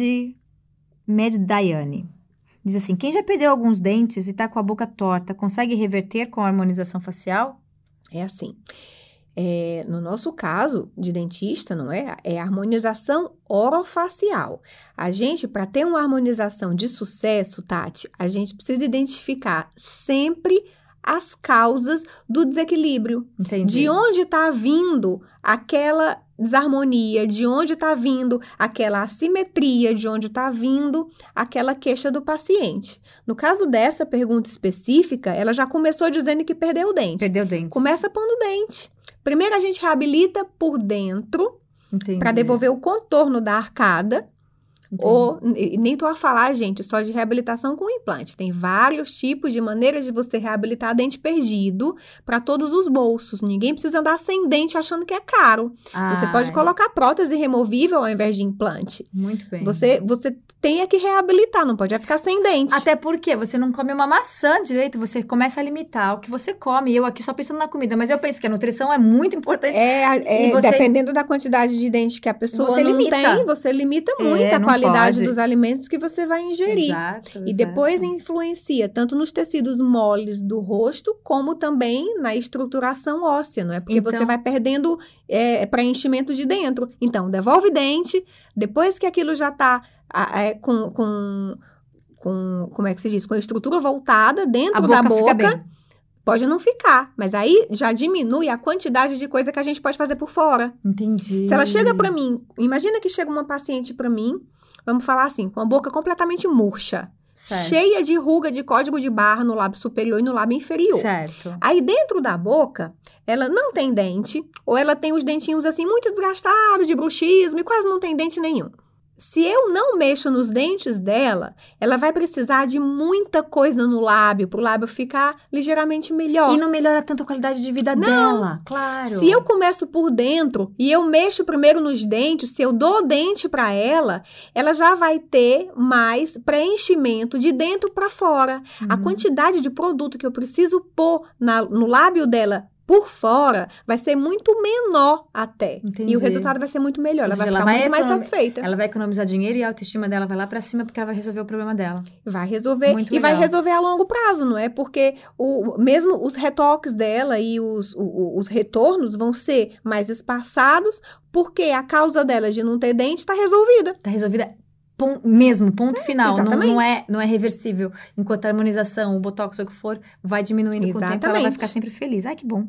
Daiane. Diz assim, quem já perdeu alguns dentes e tá com a boca torta, consegue reverter com a harmonização facial? É assim. No nosso caso de dentista, não é? É a harmonização orofacial. A gente, para ter uma harmonização de sucesso, Tati, a gente precisa identificar sempre as causas do desequilíbrio. Entendi. De onde está vindo aquela desarmonia, de onde está vindo aquela assimetria, de onde está vindo aquela queixa do paciente. No caso dessa pergunta específica, ela já começou dizendo que perdeu o dente. Perdeu o dente. Começa pondo o dente. Primeiro a gente reabilita por dentro, Entendi. para devolver o contorno da arcada. Ou, nem tô a falar, gente, só de reabilitação com implante. Tem vários tipos de maneiras de você reabilitar dente perdido para todos os bolsos. Ninguém precisa andar sem dente achando que é caro. Você pode colocar prótese removível ao invés de implante. Muito bem. Você tem que reabilitar, não pode ficar sem dente. Até porque você não come uma maçã direito, você começa a limitar o que você come. Eu aqui só pensando na comida, mas eu penso que a nutrição é muito importante. E você, dependendo da quantidade de dente que a pessoa você não limita. tem, você limita muito a qualidade pode. dos alimentos que você vai ingerir. Exato. E depois influencia tanto nos tecidos moles do rosto, como também na estruturação óssea, não é? Porque você vai perdendo preenchimento de dentro. Então, devolve dente, depois que aquilo já está como é que se diz? Com a estrutura voltada dentro da boca, pode não ficar, mas aí já diminui a quantidade de coisa que a gente pode fazer por fora. Entendi. Se ela chega pra mim, imagina que chega uma paciente pra mim, vamos falar assim, com a boca completamente murcha, certo. Cheia de ruga, de código de barra no lábio superior e no lábio inferior. Certo. Aí dentro da boca, ela não tem dente, ou ela tem os dentinhos assim muito desgastados de bruxismo e quase não tem dente nenhum. Se eu não mexo nos dentes dela, ela vai precisar de muita coisa no lábio, para o lábio ficar ligeiramente melhor. E não melhora tanto a qualidade de vida dela, claro. Se eu começo por dentro e eu mexo primeiro nos dentes, se eu dou dente para ela, ela já vai ter mais preenchimento de dentro para fora. A quantidade de produto que eu preciso pôr no lábio dela por fora, vai ser muito menor até. Entendi. E o resultado vai ser muito melhor. Ela vai Ou seja, ficar muito mais satisfeita. Ela vai economizar dinheiro e a autoestima dela vai lá pra cima porque ela vai resolver o problema dela. Vai resolver. Muito e vai legal. resolver a longo prazo, não é? Porque mesmo os retoques dela e os retornos vão ser mais espaçados, porque a causa dela de não ter dente está resolvida. Tá resolvida ponto final. Não é reversível. Enquanto a harmonização, o botox ou o que for, vai diminuindo com o tempo, ela vai ficar sempre feliz. Ai, que bom.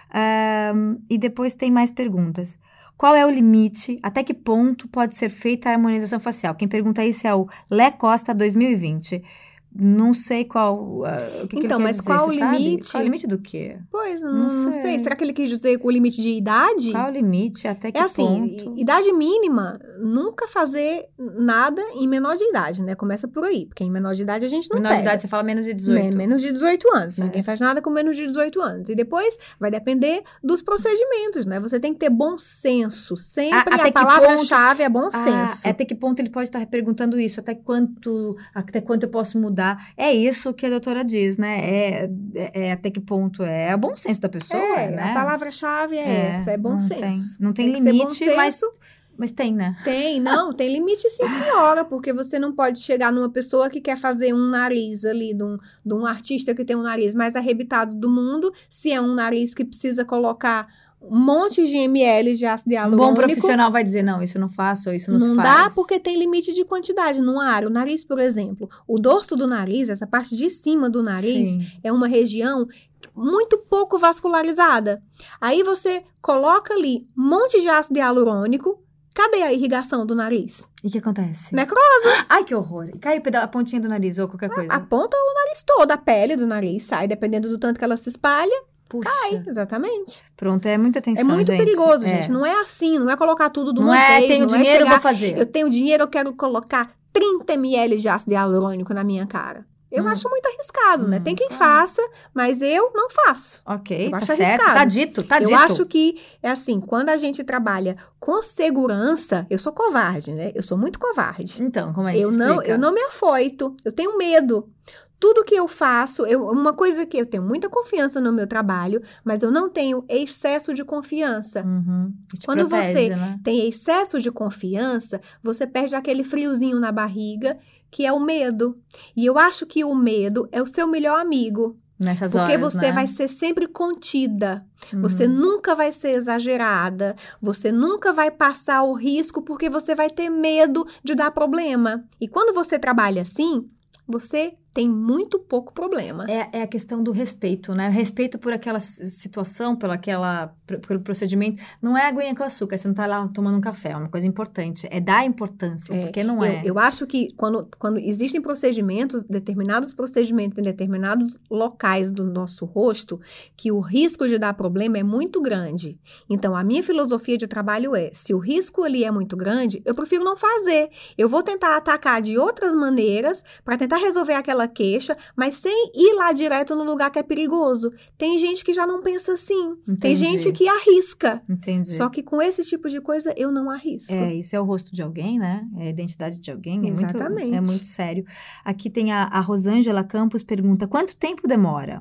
E depois tem mais perguntas. Qual é o limite? Até que ponto pode ser feita a harmonização facial? Quem pergunta isso é o Lé Costa 2020. Não sei qual. O que então, ele quer mas dizer, qual o você sabe? limite? Qual o limite do quê? Pois, não sei. Será que ele quis dizer o limite de idade? Qual o limite? Até que ponto? Idade mínima, nunca fazer nada em menor de idade, né? Começa por aí, porque em menor de idade a gente não Menor de idade, você fala menos de 18. Menos de 18 anos. Ninguém faz nada com menos de 18 anos. E depois vai depender dos procedimentos, né? Você tem que ter bom senso. Sempre a palavra-chave é bom senso. Até que ponto ele pode estar perguntando isso? Até quanto eu posso mudar? É isso que a doutora diz, né? Até que ponto é o bom senso da pessoa, né? A palavra-chave é essa, é bom senso. Não tem limite, mas tem, né? Tem limite sim, senhora, porque você não pode chegar numa pessoa que quer fazer um nariz ali, de um artista que tem um nariz mais arrebitado do mundo, se é um nariz que precisa colocar um monte de ml de ácido hialurônico. Um bom profissional vai dizer, não, isso eu não faço, ou isso não se faz. Não dá porque tem limite de quantidade no ar. O nariz, por exemplo, o dorso do nariz, essa parte de cima do nariz, é uma região muito pouco vascularizada. Aí você coloca ali um monte de ácido hialurônico. Cadê a irrigação do nariz? E o que acontece? Necrose. Ai, que horror. Cai a pontinha do nariz ou qualquer coisa. A ponta ou o nariz todo, a pele do nariz sai, dependendo do tanto que ela se espalha. Puxa. Cai, exatamente. Pronto, é muita atenção, gente. É muito perigoso, gente. Não é assim, não é colocar tudo de uma vez. Não é, tenho dinheiro, eu vou fazer. Eu tenho dinheiro, eu quero colocar 30 ml de ácido hialurônico na minha cara. Eu acho muito arriscado, né? Tem quem faça, mas eu não faço. Ok, tá certo. Arriscado. Tá dito. Eu acho que, é assim, quando a gente trabalha com segurança, eu sou covarde, né? Eu sou muito covarde. Então, como é isso? Eu não me afoito, eu tenho medo. Tudo que eu faço, uma coisa que eu tenho muita confiança no meu trabalho, mas eu não tenho excesso de confiança. Quando você tem excesso de confiança, você perde aquele friozinho na barriga, que é o medo. E eu acho que o medo é o seu melhor amigo. Nessas horas, porque você vai ser sempre contida. Você nunca vai ser exagerada. Você nunca vai passar o risco, porque você vai ter medo de dar problema. E quando você trabalha assim, você tem muito pouco problema. É a questão do respeito, né? Respeito por aquela situação, pelo procedimento. Não é aguinha com açúcar, você não tá lá tomando um café, é uma coisa importante. É dar importância, porque não é. Eu acho que quando existem determinados procedimentos em determinados locais do nosso rosto, que o risco de dar problema é muito grande. Então, a minha filosofia de trabalho se o risco ali é muito grande, eu prefiro não fazer. Eu vou tentar atacar de outras maneiras para tentar resolver aquela queixa, mas sem ir lá direto no lugar que é perigoso. Tem gente que já não pensa assim. Entendi. Tem gente que arrisca. Entendi. Só que com esse tipo de coisa, eu não arrisco. Isso é o rosto de alguém, né? É a identidade de alguém. Exatamente. É muito sério. Aqui tem a Rosângela Campos pergunta, quanto tempo demora?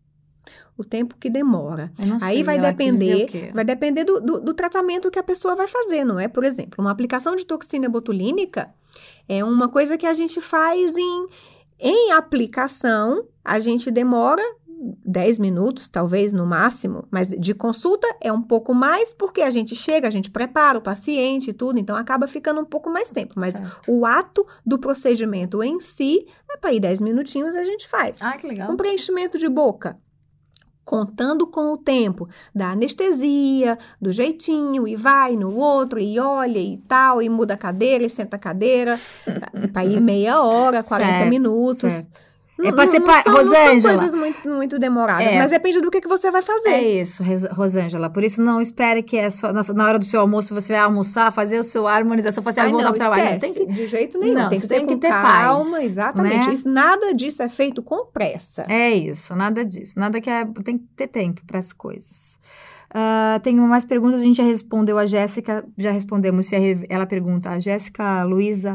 O tempo que demora. Eu não sei, aí vai depender do tratamento que a pessoa vai fazer, não é? Por exemplo, uma aplicação de toxina botulínica é uma coisa que a gente faz em aplicação, a gente demora 10 minutos, talvez, no máximo, mas de consulta é um pouco mais, porque a gente chega, a gente prepara o paciente e tudo, então acaba ficando um pouco mais tempo. Mas o ato do procedimento em si, para ir 10 minutinhos, a gente faz. Ah, que legal. Um preenchimento de boca. Contando com o tempo da anestesia, do jeitinho, e vai no outro, e olha e tal, e muda a cadeira, e senta a cadeira, para ir meia hora, 40 minutos. Certo. Rosângela. Não são coisas muito demoradas, mas depende do que você vai fazer. É isso, Rosângela. Por isso, não espere que só na hora do seu almoço você vai almoçar, fazer a sua harmonização facial e voltar para o trabalho. De jeito nenhum. Tem que ser com calma, paz, exatamente. Né? Nada disso é feito com pressa. É isso, nada disso. Tem que ter tempo para as coisas. Tem mais perguntas, a gente já respondeu. A Jéssica, já respondemos. Ela pergunta, a Jéssica Luísa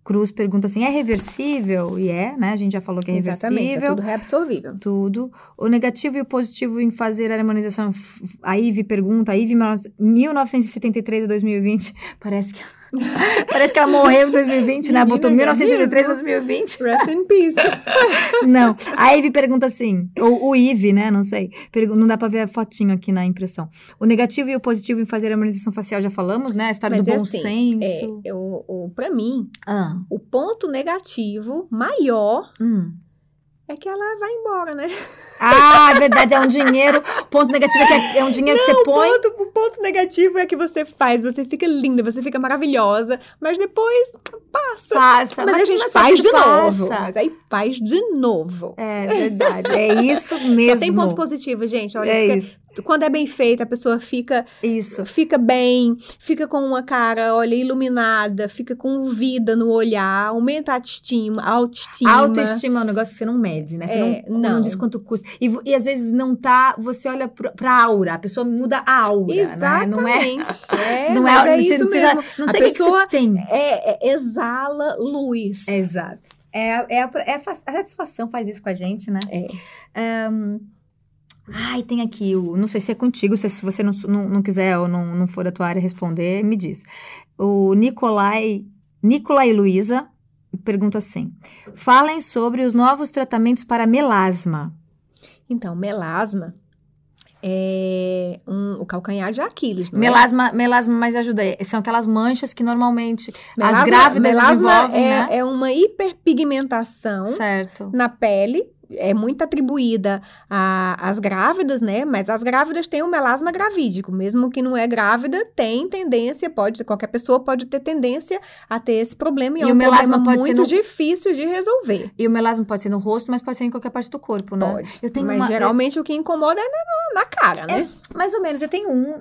Cruz pergunta assim, é reversível? E né? A gente já falou que é Exatamente, reversível. é tudo reabsorvível. Tudo. O negativo e o positivo em fazer a harmonização, a Ive pergunta, a Ive 1973 a 2020, parece que ela morreu em 2020, né? Botou 1973 a 2020. Rest in peace. Não, a Ive pergunta assim, ou o Ive, né? Não sei. Não dá pra ver a fotinho aqui na impressão. O negativo e o positivo em fazer a harmonização facial já falamos, né? A história do bom senso. Pra mim, o ponto negativo maior é que ela vai embora, né? Ah, é verdade, é um dinheiro. Ponto negativo é que é um dinheiro que você põe. O ponto negativo é que você fica linda, você fica maravilhosa, mas depois passa. Mas a gente faz de novo. Mas aí faz de novo. É verdade, é isso mesmo. Só tem ponto positivo, gente. Olha, isso. Quando é bem feita, a pessoa fica bem, fica com uma cara, olha, iluminada, fica com vida no olhar, aumenta a autoestima. Autoestima é um negócio que você não mede, né? Você não diz quanto custa. E às vezes não tá, você olha pra aura, a pessoa muda a aura, exatamente, né? Não é isso mesmo. Não sei o que você tem. Exala luz. Exato. A satisfação faz isso com a gente, né? Tem aqui não sei se é contigo, se você não quiser ou não for da tua área responder, me diz. O Nicolai e Luísa pergunta assim, falem sobre os novos tratamentos para melasma. Então, melasma é o calcanhar de Aquiles, não melasma, mas ajuda aí. São aquelas manchas que normalmente as grávidas desenvolvem, né? É uma hiperpigmentação na pele. É muito atribuída às grávidas, né? Mas as grávidas têm o melasma gravídico. Mesmo que não é grávida, tem tendência, qualquer pessoa pode ter tendência a ter esse problema. E é um problema muito difícil de resolver. E o melasma pode ser no rosto, mas pode ser em qualquer parte do corpo, né? Pode. Mas geralmente o que incomoda é na cara, né? Mais ou menos. Eu tenho um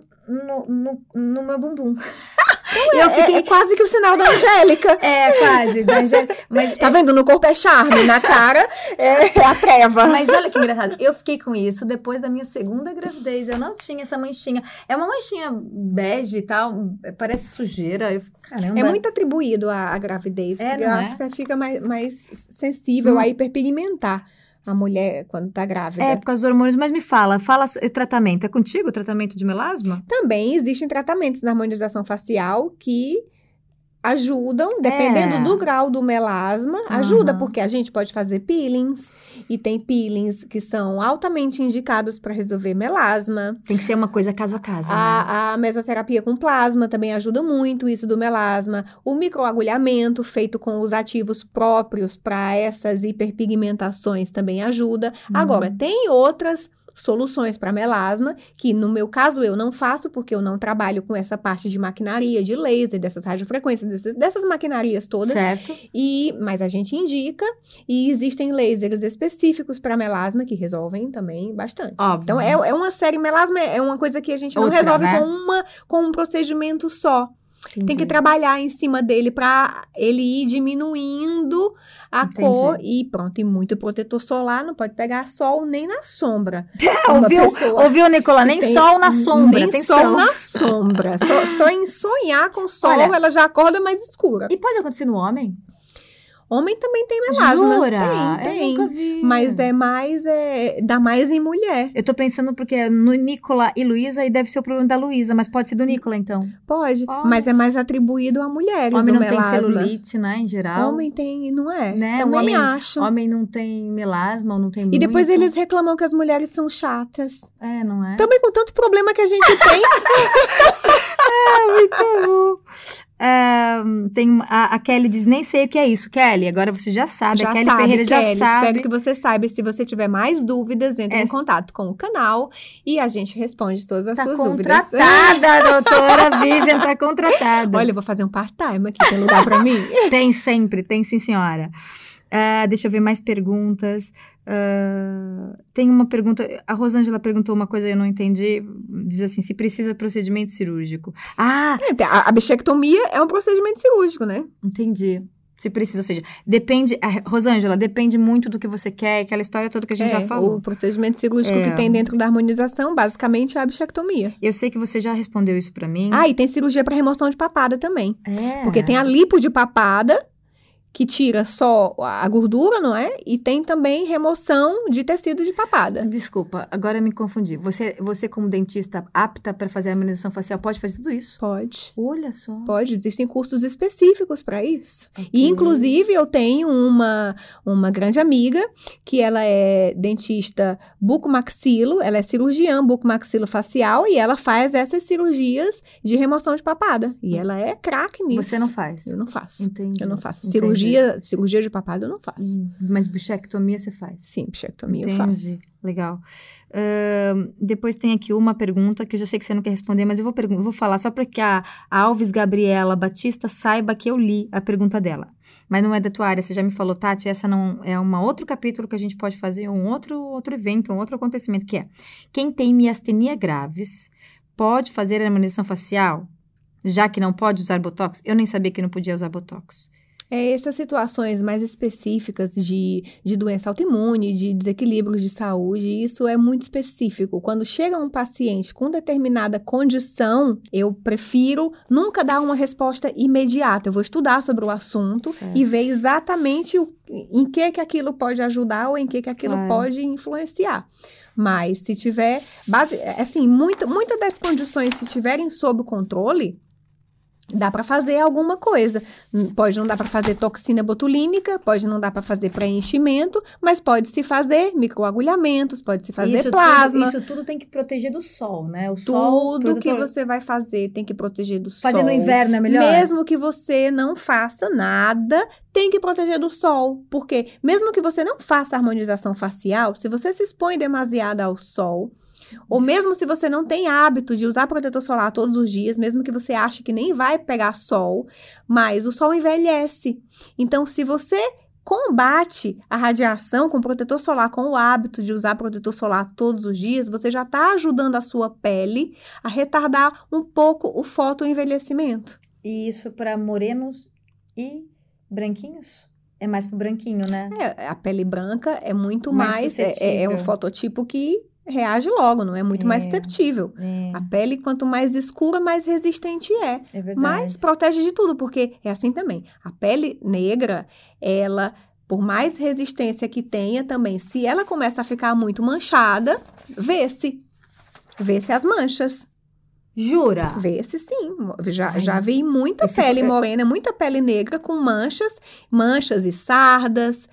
no meu bumbum. Então eu fiquei quase que o sinal da Angélica. Quase, da Angélica. Mas, tá vendo? No corpo é charme, na cara é a treva. Mas olha que engraçado. Eu fiquei com isso depois da minha segunda gravidez. Eu não tinha essa manchinha. É uma manchinha bege e tal. Parece sujeira. Eu fico, caramba. É muito atribuído à gravidez. Porque ela fica mais sensível a hiperpigmentar. A mulher, quando tá grávida. Por causa dos hormônios. Mas me fala tratamento. É contigo o tratamento de melasma? Também existem tratamentos na harmonização facial que ajudam, dependendo do grau do melasma, ajuda, porque a gente pode fazer peelings, e tem peelings que são altamente indicados para resolver melasma. Tem que ser uma coisa caso a caso, né? A mesoterapia com plasma também ajuda muito isso do melasma. O microagulhamento feito com os ativos próprios para essas hiperpigmentações também ajuda. Agora, tem outras soluções para melasma, que no meu caso eu não faço, porque eu não trabalho com essa parte de maquinaria, de laser, dessas radiofrequências, dessas maquinarias todas. Certo. Mas a gente indica, e existem lasers específicos para melasma que resolvem também bastante. Óbvio. Então é uma série, melasma é uma coisa que a gente não resolve, né? com um procedimento só. Entendi. Tem que trabalhar em cima dele para ele ir diminuindo a cor e pronto. E muito protetor solar, não pode pegar sol nem na sombra. Ouviu, Nicola? Nem sol na sombra. Nem sol na sombra. Só em sonhar com sol, ela já acorda mais escura. E pode acontecer no homem? Homem também tem melasma. Jura? Tem. Eu nunca vi. Mas dá mais em mulher. Eu tô pensando porque no Nicola e Luísa, e deve ser o problema da Luísa, mas pode ser do Nicola, então. Pode, mas é mais atribuído a mulheres. Homem não melasma. tem celulite, né, em geral. Homem tem, não é? Né? Também acho. Homem não tem melasma, ou não tem muito. E depois eles reclamam que as mulheres são chatas. Não é? Também com tanto problema que a gente tem. Muito bom. A Kelly diz, nem sei o que é isso. Kelly, agora você já sabe. A Kelly Ferreira já sabe. Espero que você saiba. Se você tiver mais dúvidas, entre em contato com o canal e a gente responde todas as suas dúvidas. Tá contratada, doutora Vivian, tá contratada. Olha, eu vou fazer um part-time aqui, tem lugar pra mim? Tem sempre, tem sim, senhora. Deixa eu ver mais perguntas. Tem uma pergunta, a Rosângela perguntou uma coisa que eu não entendi, diz assim, se precisa procedimento cirúrgico. A bichectomia é um procedimento cirúrgico, né? Entendi. Se precisa, ou seja, depende, Rosângela, depende muito do que você quer, aquela história toda que a gente já falou. O procedimento cirúrgico que tem dentro da harmonização, basicamente, é a bichectomia. Eu sei que você já respondeu isso pra mim. E tem cirurgia para remoção de papada também. Porque tem a lipo de papada, que tira só a gordura, não é? E tem também remoção de tecido de papada. Desculpa, agora eu me confundi. Você como dentista apta para fazer a harmonização facial, pode fazer tudo isso? Pode. Olha só. Pode, existem cursos específicos para isso. Ok. E, inclusive, eu tenho uma grande amiga, que ela é dentista bucomaxilo, ela é cirurgiã bucomaxilofacial, e ela faz essas cirurgias de remoção de papada. E ela é craque nisso. Você não faz? Eu não faço. Entendi. Eu não faço. Entendi. Cirurgia de papada eu não faço. Mas bichectomia você faz? Sim, bichectomia Entendi. eu faço. Legal. Depois tem aqui uma pergunta que eu já sei que você não quer responder, mas eu vou falar só para que a Alves Gabriela Batista saiba que eu li a pergunta dela. Mas não é da tua área, você já me falou, Tati, essa não é outro capítulo que a gente pode fazer, um outro evento, um outro acontecimento, que é: quem tem miastenia graves pode fazer a harmonização facial, já que não pode usar Botox? Eu nem sabia que não podia usar Botox. Essas situações mais específicas de doença autoimune, de desequilíbrios de saúde, isso é muito específico. Quando chega um paciente com determinada condição, eu prefiro nunca dar uma resposta imediata. Eu vou estudar sobre o assunto e ver exatamente em que aquilo pode ajudar ou em que aquilo pode influenciar. Mas se tiver, muitas das condições, se tiverem sob controle, dá para fazer alguma coisa. Pode não dar para fazer toxina botulínica, pode não dar para fazer preenchimento, mas pode se fazer microagulhamentos, pode se fazer plasma. Isso tudo tem que proteger do sol, né? Tudo que você vai fazer tem que proteger do sol. Fazer no inverno é melhor? Mesmo que você não faça nada, tem que proteger do sol. Porque mesmo que você não faça harmonização facial, se você se expõe demasiado ao sol, ou mesmo se você não tem hábito de usar protetor solar todos os dias, mesmo que você ache que nem vai pegar sol, mas o sol envelhece. Então, se você combate a radiação com protetor solar, com o hábito de usar protetor solar todos os dias, você já está ajudando a sua pele a retardar um pouco o fotoenvelhecimento. E isso para morenos e branquinhos? É mais pro branquinho, né? A pele branca é muito mais é um fototipo que reage logo, não é? Muito mais susceptível. A pele, quanto mais escura, mais resistente é. É verdade. Mas protege de tudo, porque é assim também. A pele negra, ela, por mais resistência que tenha também, se ela começa a ficar muito manchada, vê-se as manchas. Jura? Vê-se sim. Já vi muita pele morena, muita pele negra com manchas e sardas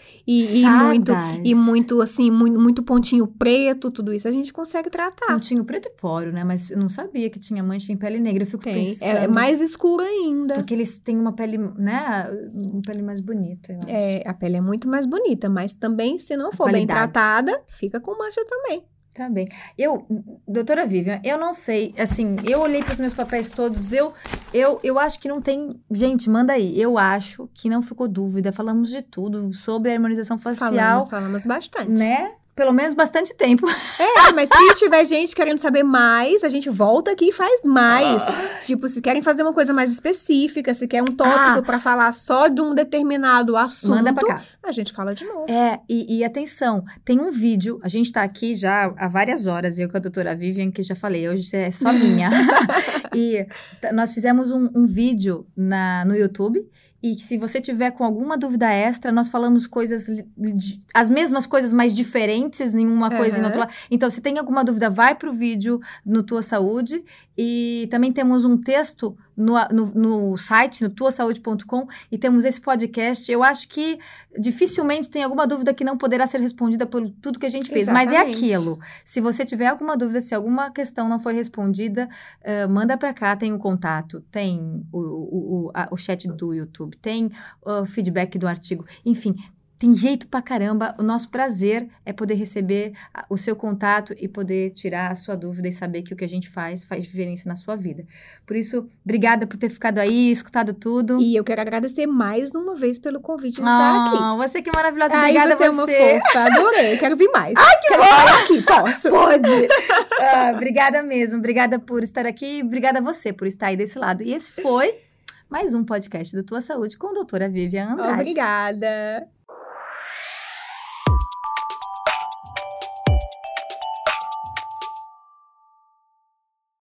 e muito assim, muito pontinho preto, tudo isso a gente consegue tratar. Pontinho preto e poro, né? Mas eu não sabia que tinha mancha em pele negra. Eu fico pensando. É mais escura ainda. Porque eles têm uma pele, né? Uma pele mais bonita, eu acho. A pele é muito mais bonita, mas também se não for bem tratada, fica com mancha também. Tá bem. Doutora Vivian, eu não sei, assim, eu olhei para os meus papéis todos, eu acho que não tem, gente, manda aí, eu acho que não ficou dúvida, falamos de tudo, sobre a harmonização facial. Falamos bastante. Né? Pelo menos bastante tempo. Mas se tiver gente querendo saber mais, a gente volta aqui e faz mais. Tipo, se querem fazer uma coisa mais específica, se quer um tópico pra falar só de um determinado assunto, manda pra cá. A gente fala de novo. E atenção, tem um vídeo, a gente tá aqui já há várias horas, eu com a doutora Vivian, que já falei, hoje é só minha. E nós fizemos um vídeo no YouTube. E se você tiver com alguma dúvida extra, nós falamos as mesmas coisas, mas diferentes em uma coisa e na outra. Então, se tem alguma dúvida, vai pro vídeo no Tua Saúde. E também temos um texto no site, no tuasaude.com, e temos esse podcast. Eu acho que dificilmente tem alguma dúvida que não poderá ser respondida por tudo que a gente fez. Exatamente. Mas é aquilo. Se você tiver alguma dúvida, se alguma questão não foi respondida, manda para cá, tem o contato, tem o chat do YouTube, tem o feedback do artigo, enfim. Tem jeito pra caramba. O nosso prazer é poder receber o seu contato e poder tirar a sua dúvida e saber que o que a gente faz diferença na sua vida. Por isso, obrigada por ter ficado aí, escutado tudo. E eu quero agradecer mais uma vez pelo convite de estar aqui. Você que é maravilhosa. Obrigada você. É uma fofa. Adorei. Quero vir mais. Ai, que bom! Aqui, posso? Pode. Obrigada mesmo. Obrigada por estar aqui. Obrigada a você por estar aí desse lado. E esse foi mais um podcast do Tua Saúde com a doutora Vivian Andrade. Obrigada.